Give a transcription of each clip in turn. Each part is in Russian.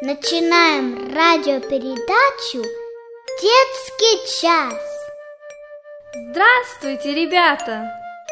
Начинаем радиопередачу «Детский час». Здравствуйте, ребята!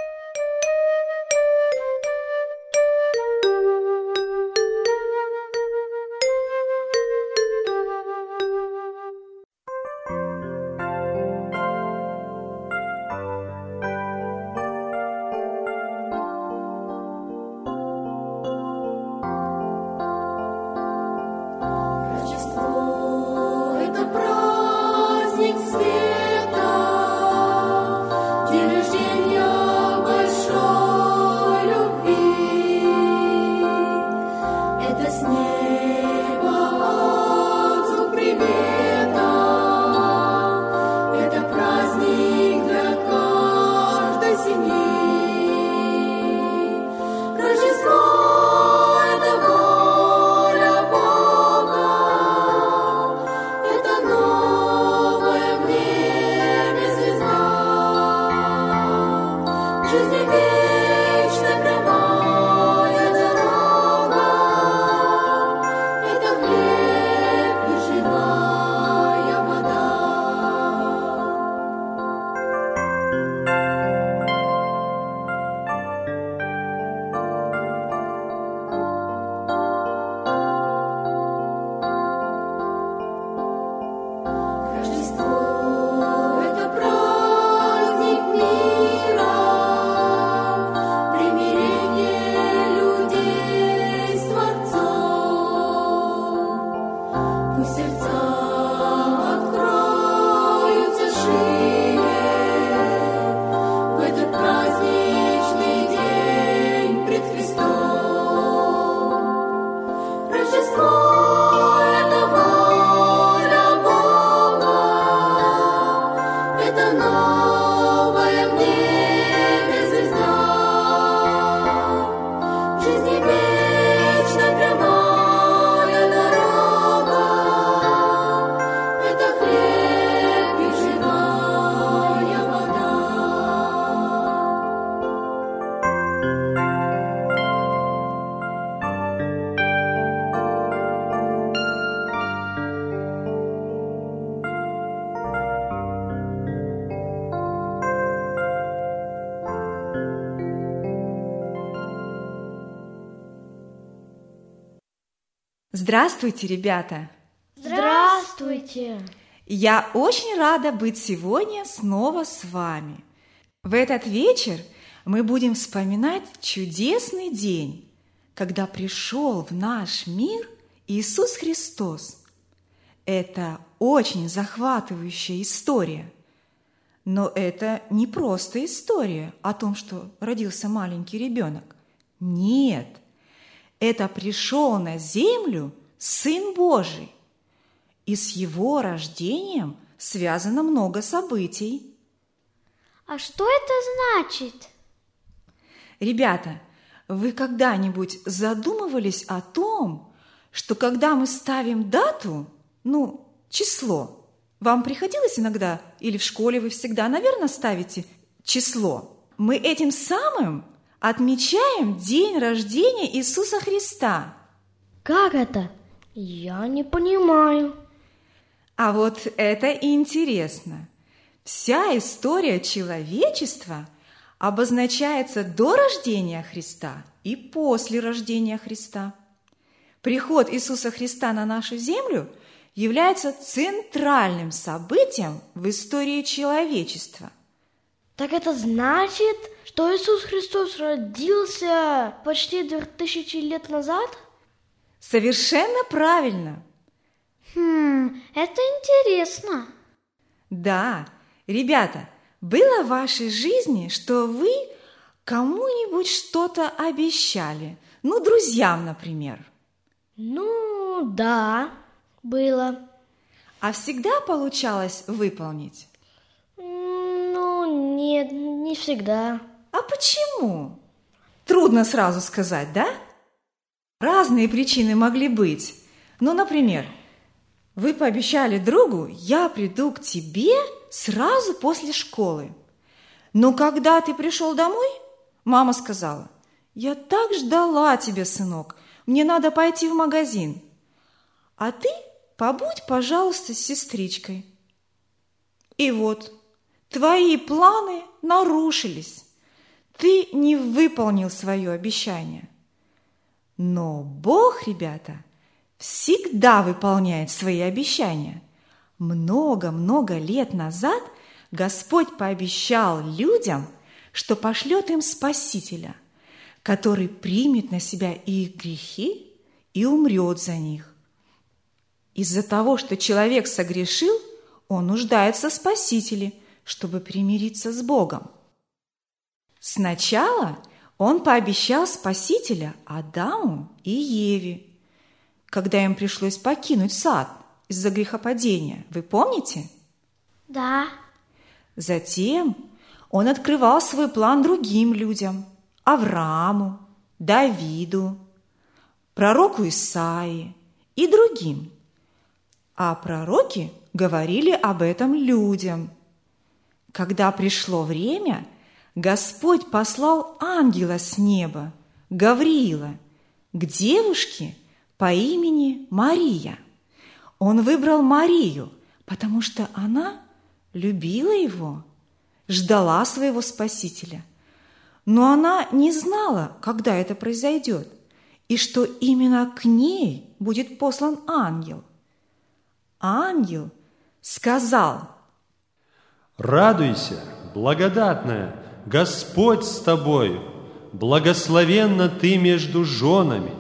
Здравствуйте, ребята! Здравствуйте! Я очень рада быть сегодня снова с вами. В этот вечер мы будем вспоминать чудесный день, когда пришел в наш мир Иисус Христос. Это очень захватывающая история. Но это не просто история о том, что родился маленький ребенок. Нет, это пришел на землю Сын Божий. И с его рождением связано много событий. А что это значит? Ребята, вы когда-нибудь задумывались о том, что когда мы ставим дату, число, вам приходилось иногда, или в школе вы всегда, наверное, ставите число, мы этим самым отмечаем день рождения Иисуса Христа. Как это? Я не понимаю. А вот это интересно. Вся история человечества обозначается до рождения Христа и после рождения Христа. Приход Иисуса Христа на нашу землю является центральным событием в истории человечества. Так это значит, что Иисус Христос родился почти 2000 лет назад? Совершенно правильно. Это интересно. Да, ребята, было в вашей жизни, что вы кому-нибудь что-то обещали? Друзьям, например. Да, было. А всегда получалось выполнить? Нет, не всегда. А почему? Трудно сразу сказать, да? Разные причины могли быть. Например, вы пообещали другу: я приду к тебе сразу после школы. Но когда ты пришел домой, мама сказала: я так ждала тебя, сынок, мне надо пойти в магазин. а ты побудь, пожалуйста, с сестричкой. И вот твои планы нарушились. Ты не выполнил свое обещание. Но Бог, ребята, всегда выполняет свои обещания. Много-много лет назад Господь пообещал людям, что пошлет им Спасителя, который примет на себя их грехи и умрет за них. Из-за того, что человек согрешил, он нуждается в Спасителе, чтобы примириться с Богом. Сначала он пообещал Спасителя Адаму и Еве, когда им пришлось покинуть сад из-за грехопадения. Вы помните? Да. Затем он открывал свой план другим людям – Аврааму, Давиду, пророку Исаии и другим. А пророки говорили об этом людям. Когда пришло время, Господь послал ангела с неба, Гавриила, к девушке по имени Мария. Он выбрал Марию, потому что она любила его, ждала своего Спасителя. Но она не знала, когда это произойдет, и что именно к ней будет послан ангел. Ангел сказал: «Радуйся, благодатная, Господь с тобою, благословенна ты между женами».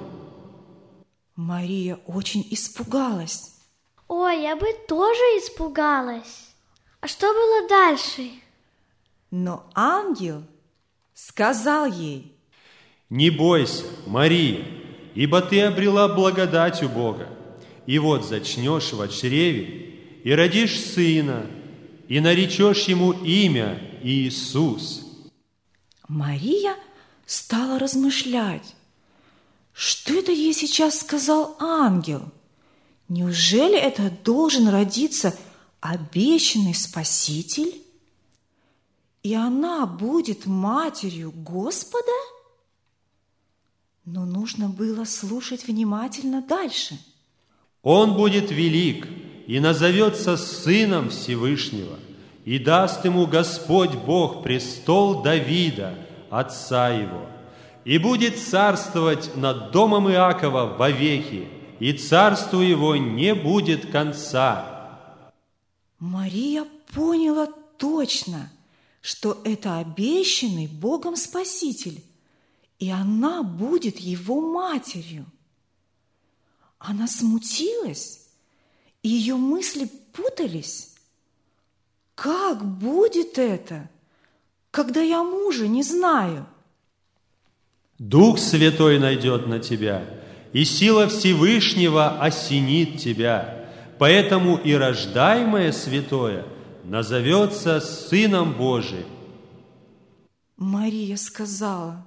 Мария очень испугалась. Ой, я бы тоже испугалась. А что было дальше? Но ангел сказал ей: «Не бойся, Мария, ибо ты обрела благодать у Бога, и вот зачнешь во чреве, и родишь сына, и наречешь ему имя Иисус». Мария стала размышлять, что это ей сейчас сказал ангел. Неужели это должен родиться обещанный Спаситель? И она будет матерью Господа? Но нужно было слушать внимательно дальше. «Он будет велик и назовется Сыном Всевышнего, и даст ему Господь Бог престол Давида, отца его, и будет царствовать над домом Иакова вовеки, и царству его не будет конца». Мария поняла точно, что это обещанный Богом Спаситель, и она будет его матерью. Она смутилась, и ее мысли путались. Как будет это, когда я мужа не знаю? «Дух Святой найдет на тебя, и сила Всевышнего осенит тебя, поэтому и рождаемое святое назовется Сыном Божиим». Мария сказала: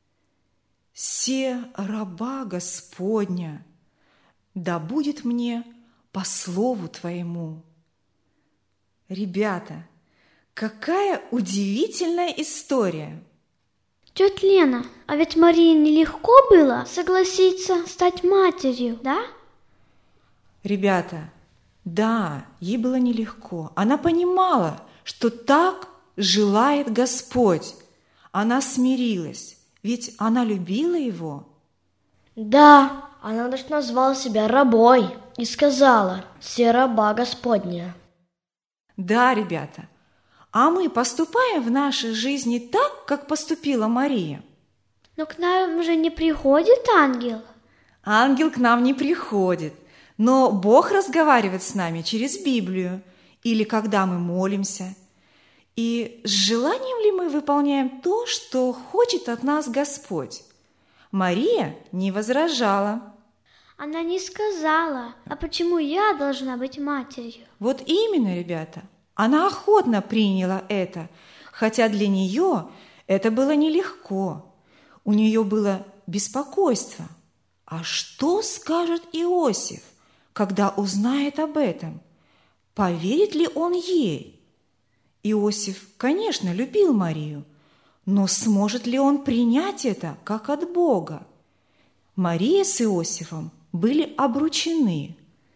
«Се раба Господня, да будет мне по слову Твоему». Ребята, какая удивительная история! Тетя Лена, а ведь Марии нелегко было согласиться стать матерью, да? Ребята, да, ей было нелегко. Она понимала, что так желает Господь. Она смирилась, ведь она любила Его. Да, она даже назвала себя рабой и сказала: «Се раба Господня». Да, ребята, а мы поступаем в нашей жизни так, как поступила Мария? Но к нам же не приходит ангел. Ангел к нам не приходит, но Бог разговаривает с нами через Библию или когда мы молимся. И с желанием ли мы выполняем то, что хочет от нас Господь? Мария не возражала. Она не сказала, а почему я должна быть матерью? Вот именно, ребята, она охотно приняла это, хотя для нее это было нелегко. У нее было беспокойство. А что скажет Иосиф, когда узнает об этом? Поверит ли он ей? Иосиф, конечно, любил Марию, но сможет ли он принять это как от Бога? Мария с Иосифом были обручены,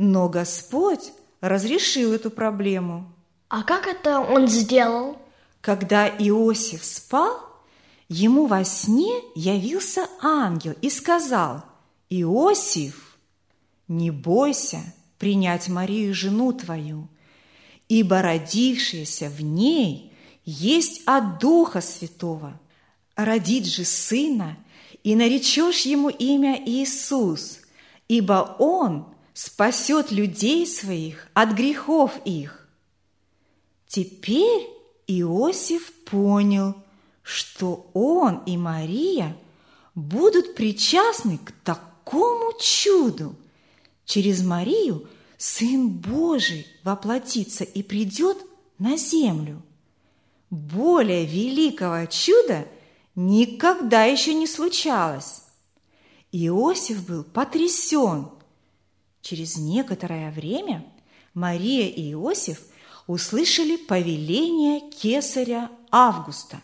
Но Господь разрешил эту проблему. А как это он сделал? Когда Иосиф спал, ему во сне явился ангел и сказал: «Иосиф, не бойся принять Марию, жену твою, ибо родившееся в ней есть от Духа Святого. Родит же сына, и наречешь ему имя Иисус, ибо он спасет людей своих от грехов их». Теперь Иосиф понял, что он и Мария будут причастны к такому чуду. Через Марию Сын Божий воплотится и придет на землю. Более великого чуда никогда еще не случалось. Иосиф был потрясен. Через некоторое время Мария и Иосиф услышали повеление кесаря Августа.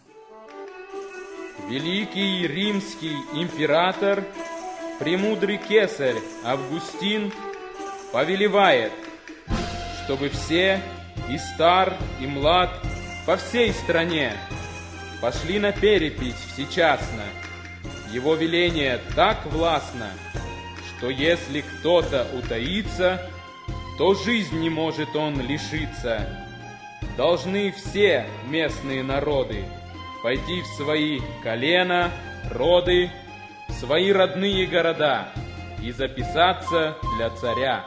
Великий римский император, премудрый кесарь Августин, повелевает, чтобы все, и стар, и млад, по всей стране пошли на перепись всечасно. Его веление так властно, что если кто-то утаится, то жизни может он лишиться. Должны все местные народы пойти в свои колена, роды, в свои родные города и записаться для царя.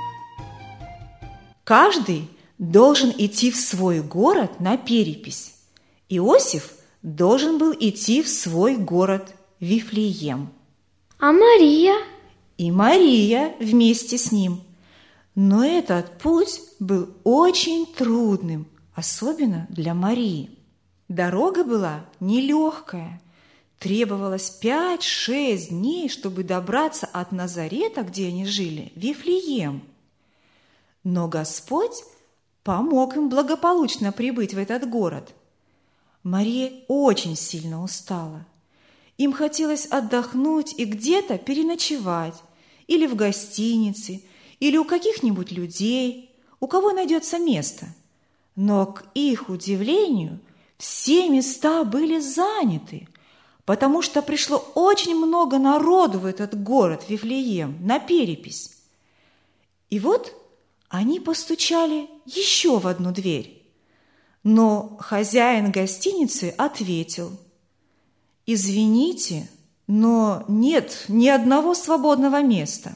Каждый должен идти в свой город на перепись. Иосиф должен был идти в свой город Вифлеем. А Мария? И Мария вместе с ним. Но этот путь был очень трудным, особенно для Марии. Дорога была нелегкая. Требовалось 5-6 дней, чтобы добраться от Назарета, где они жили, в Вифлеем. Но Господь помог им благополучно прибыть в этот город. Мария очень сильно устала. Им хотелось отдохнуть и где-то переночевать, или в гостинице, или у каких-нибудь людей, у кого найдется место. Но, к их удивлению, все места были заняты, потому что пришло очень много народу в этот город Вифлеем на перепись. И вот они постучали еще в одну дверь. Но хозяин гостиницы ответил: «Извините, но нет ни одного свободного места».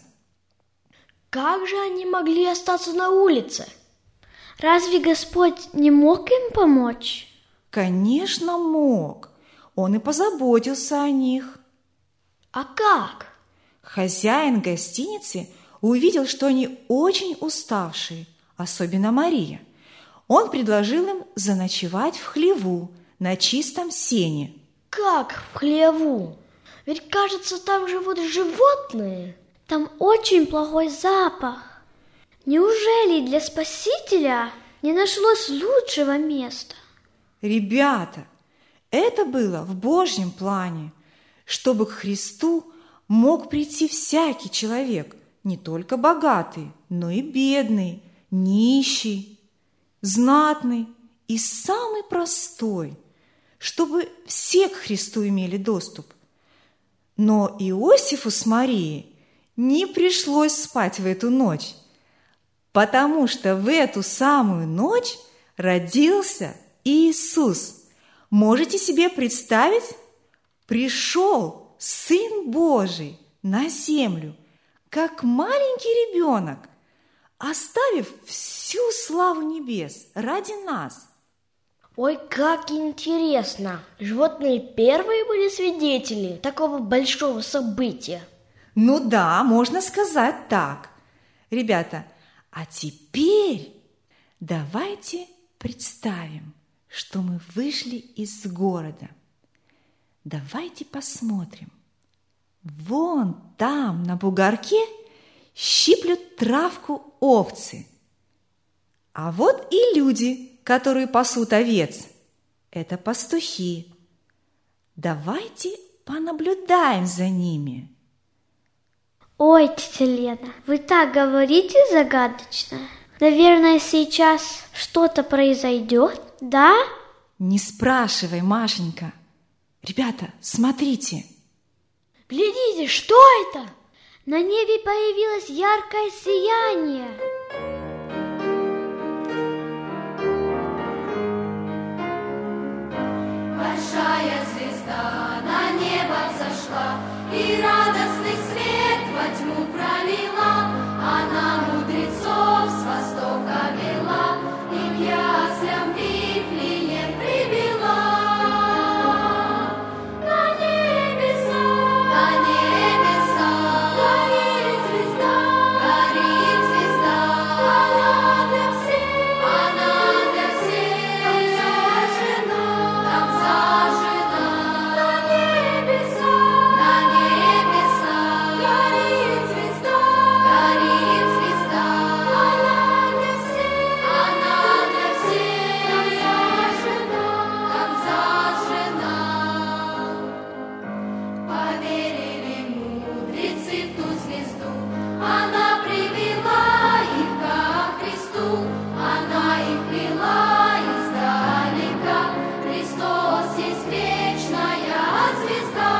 Как же они могли остаться на улице? Разве Господь не мог им помочь? Конечно, мог. Он и позаботился о них. А как? Хозяин гостиницы увидел, что они очень уставшие, особенно Мария. Он предложил им заночевать в хлеву на чистом сене. Как в хлеву? Ведь, кажется, там живут животные. Там очень плохой запах. Неужели для Спасителя не нашлось лучшего места? Ребята, это было в Божьем плане, чтобы к Христу мог прийти всякий человек, не только богатый, но и бедный, нищий, знатный и самый простой, чтобы все к Христу имели доступ. Но Иосифу с Марией не пришлось спать в эту ночь, потому что в эту самую ночь родился Иисус. Можете себе представить? Пришел Сын Божий на землю, как маленький ребенок, оставив всю славу небес ради нас. Ой, как интересно! Животные первые были свидетели такого большого события. Ну да, можно сказать так. Ребята, а теперь давайте представим, что мы вышли из города. Давайте посмотрим. Вон там, на бугорке, щиплют травку овцы. А вот и люди, которые пасут овец. Это пастухи. Давайте понаблюдаем за ними. Ой, тетя Лена, вы так говорите загадочно. Наверное, сейчас что-то произойдет, да? Не спрашивай, Машенька. Ребята, смотрите. Глядите, что это? На небе появилось яркое сияние. Большая звезда на небо взошла, и радостный свет во тьму пролила. Она мудрецов с востока вела, и к яслям Вифлеем привела. На небеса горит звезда, она для всех, там зажжена. На небеса горит звезда, она для всех, там зажжена. Поверили мудрецы в ту звезду, она привела их ко Христу, она их вела издалека. Христос есть вечная звезда.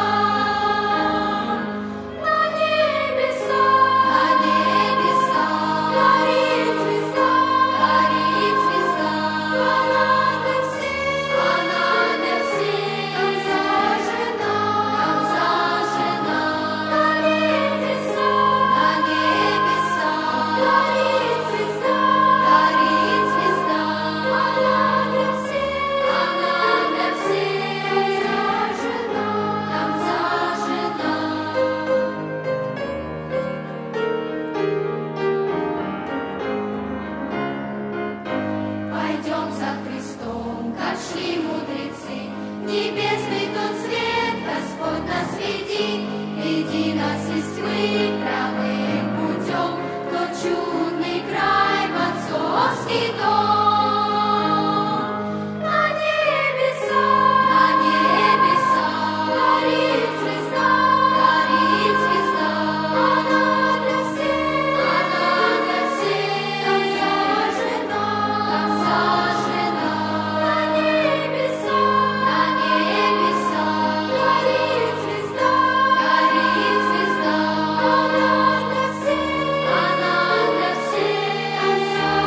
На небеса горит звезда, она для всех, там зажжена. На небеса горит звезда, она для всех, там зажжена. Пойдем за Христом, как шли мудрецы, небесный тот свет Господь нас веди, веди нас из тьмы прямым путем, в тот чудный край, в отцовский дом. На небеса горит звезда, она для всех, там зажжена. На небеса горит звезда, она для всех, там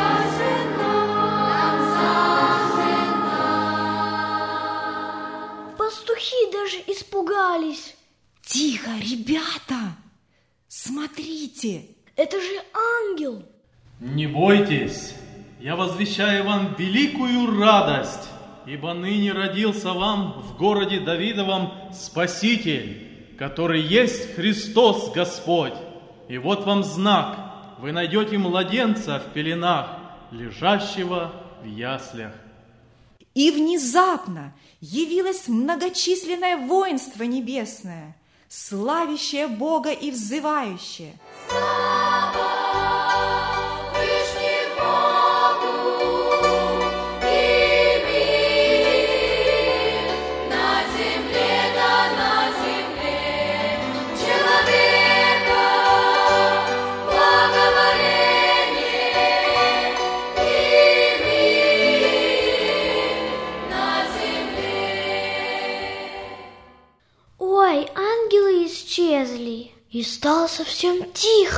зажжена. Пастухи даже испугались. Тихо, ребята! Смотрите! Это же ангел. Не бойтесь, я возвещаю вам великую радость, ибо ныне родился вам в городе Давидовом Спаситель, который есть Христос Господь. И вот вам знак, вы найдете младенца в пеленах, лежащего в яслях. И внезапно явилось многочисленное воинство небесное, славящее Бога и взывающее. Ой, ангелы исчезли. И стало совсем тихо.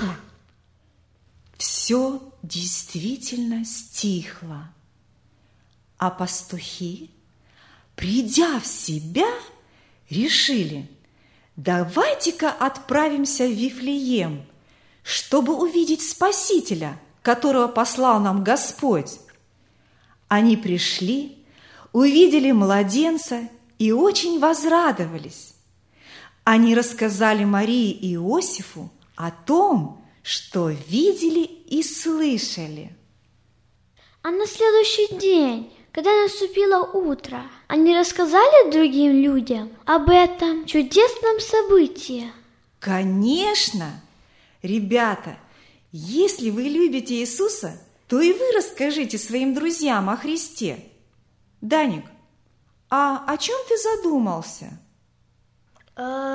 Все действительно стихло, а пастухи, придя в себя, решили: давайте-ка отправимся в Вифлеем, чтобы увидеть Спасителя, которого послал нам Господь. Они пришли, увидели младенца и очень возрадовались. Они рассказали Марии и Иосифу о том, что видели и слышали. А на следующий день, когда наступило утро, они рассказали другим людям об этом чудесном событии? Конечно! Ребята, если вы любите Иисуса, то и вы расскажите своим друзьям о Христе. Даник, а о чем ты задумался?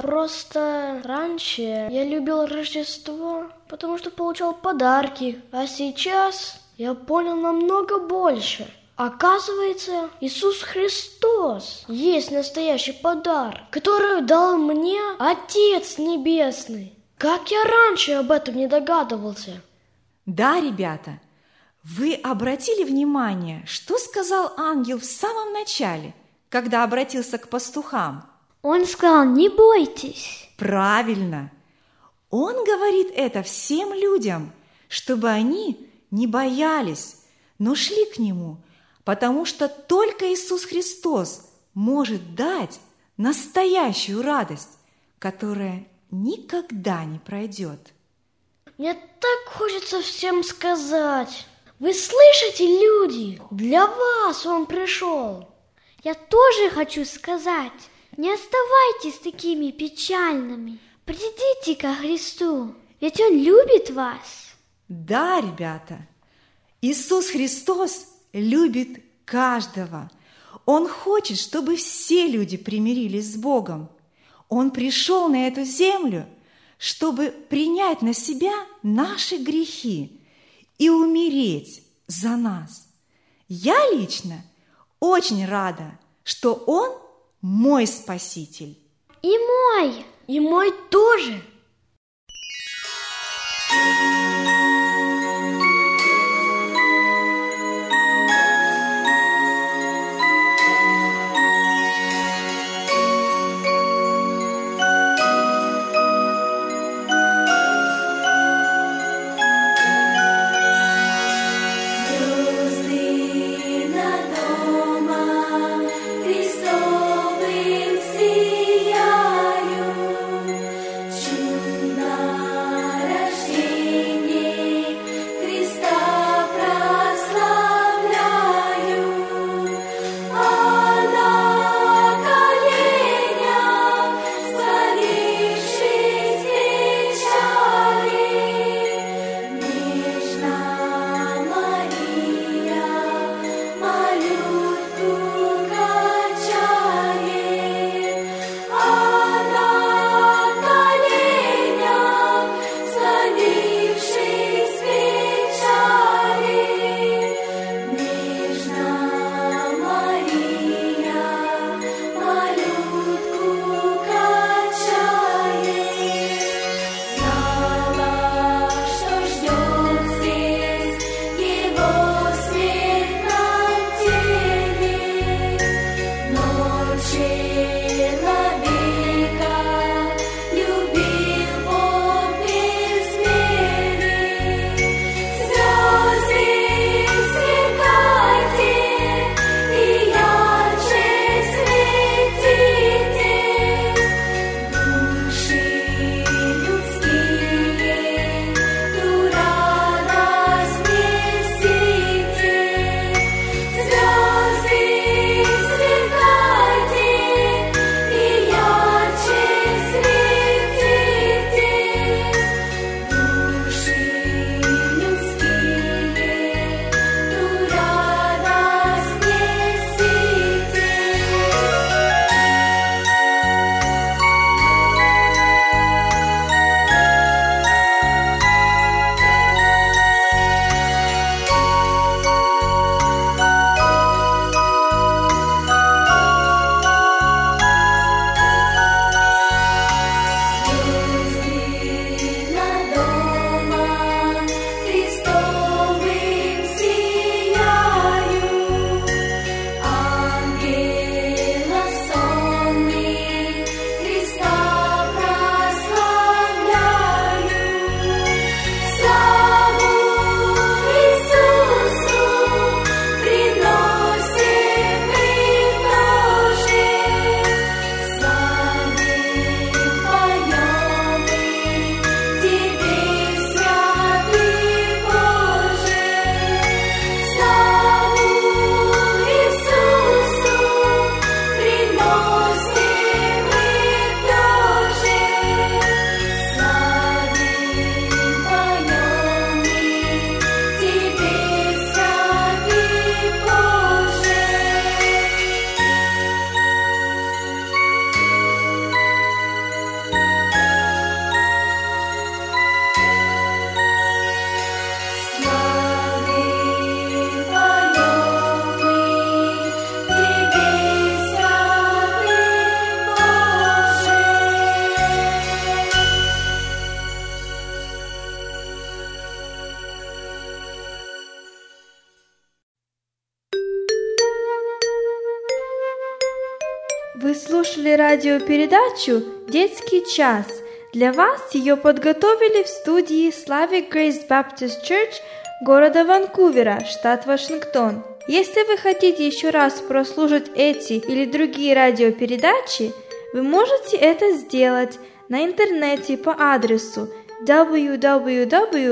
Просто раньше я любил Рождество, потому что получал подарки, а сейчас я понял намного больше. Оказывается, Иисус Христос есть настоящий подарок, который дал мне Отец Небесный. Как я раньше об этом не догадывался? Да, ребята, вы обратили внимание, что сказал ангел в самом начале, когда обратился к пастухам? Он сказал: не бойтесь. Правильно. Он говорит это всем людям, чтобы они не боялись, но шли к Нему, потому что только Иисус Христос может дать настоящую радость, которая никогда не пройдет. Мне так хочется всем сказать. Вы слышите, люди? Для вас Он пришел. Я тоже хочу сказать: не оставайтесь такими печальными. Придите ко Христу, ведь Он любит вас. Да, ребята, Иисус Христос любит каждого. Он хочет, чтобы все люди примирились с Богом. Он пришел на эту землю, чтобы принять на себя наши грехи и умереть за нас. Я лично очень рада, что Он мой Спаситель. И мой. И мой тоже. Звезды над домом Христовым сияют, чудо рождения слушали радиопередачу «Детский час». Для вас ее подготовили в студии Slavic Grace Baptist Church города Ванкувера, штат Вашингтон. Если вы хотите еще раз прослушать эти или другие радиопередачи, вы можете это сделать на интернете по адресу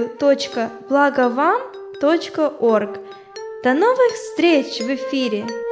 www.blagovam.org. До новых встреч в эфире!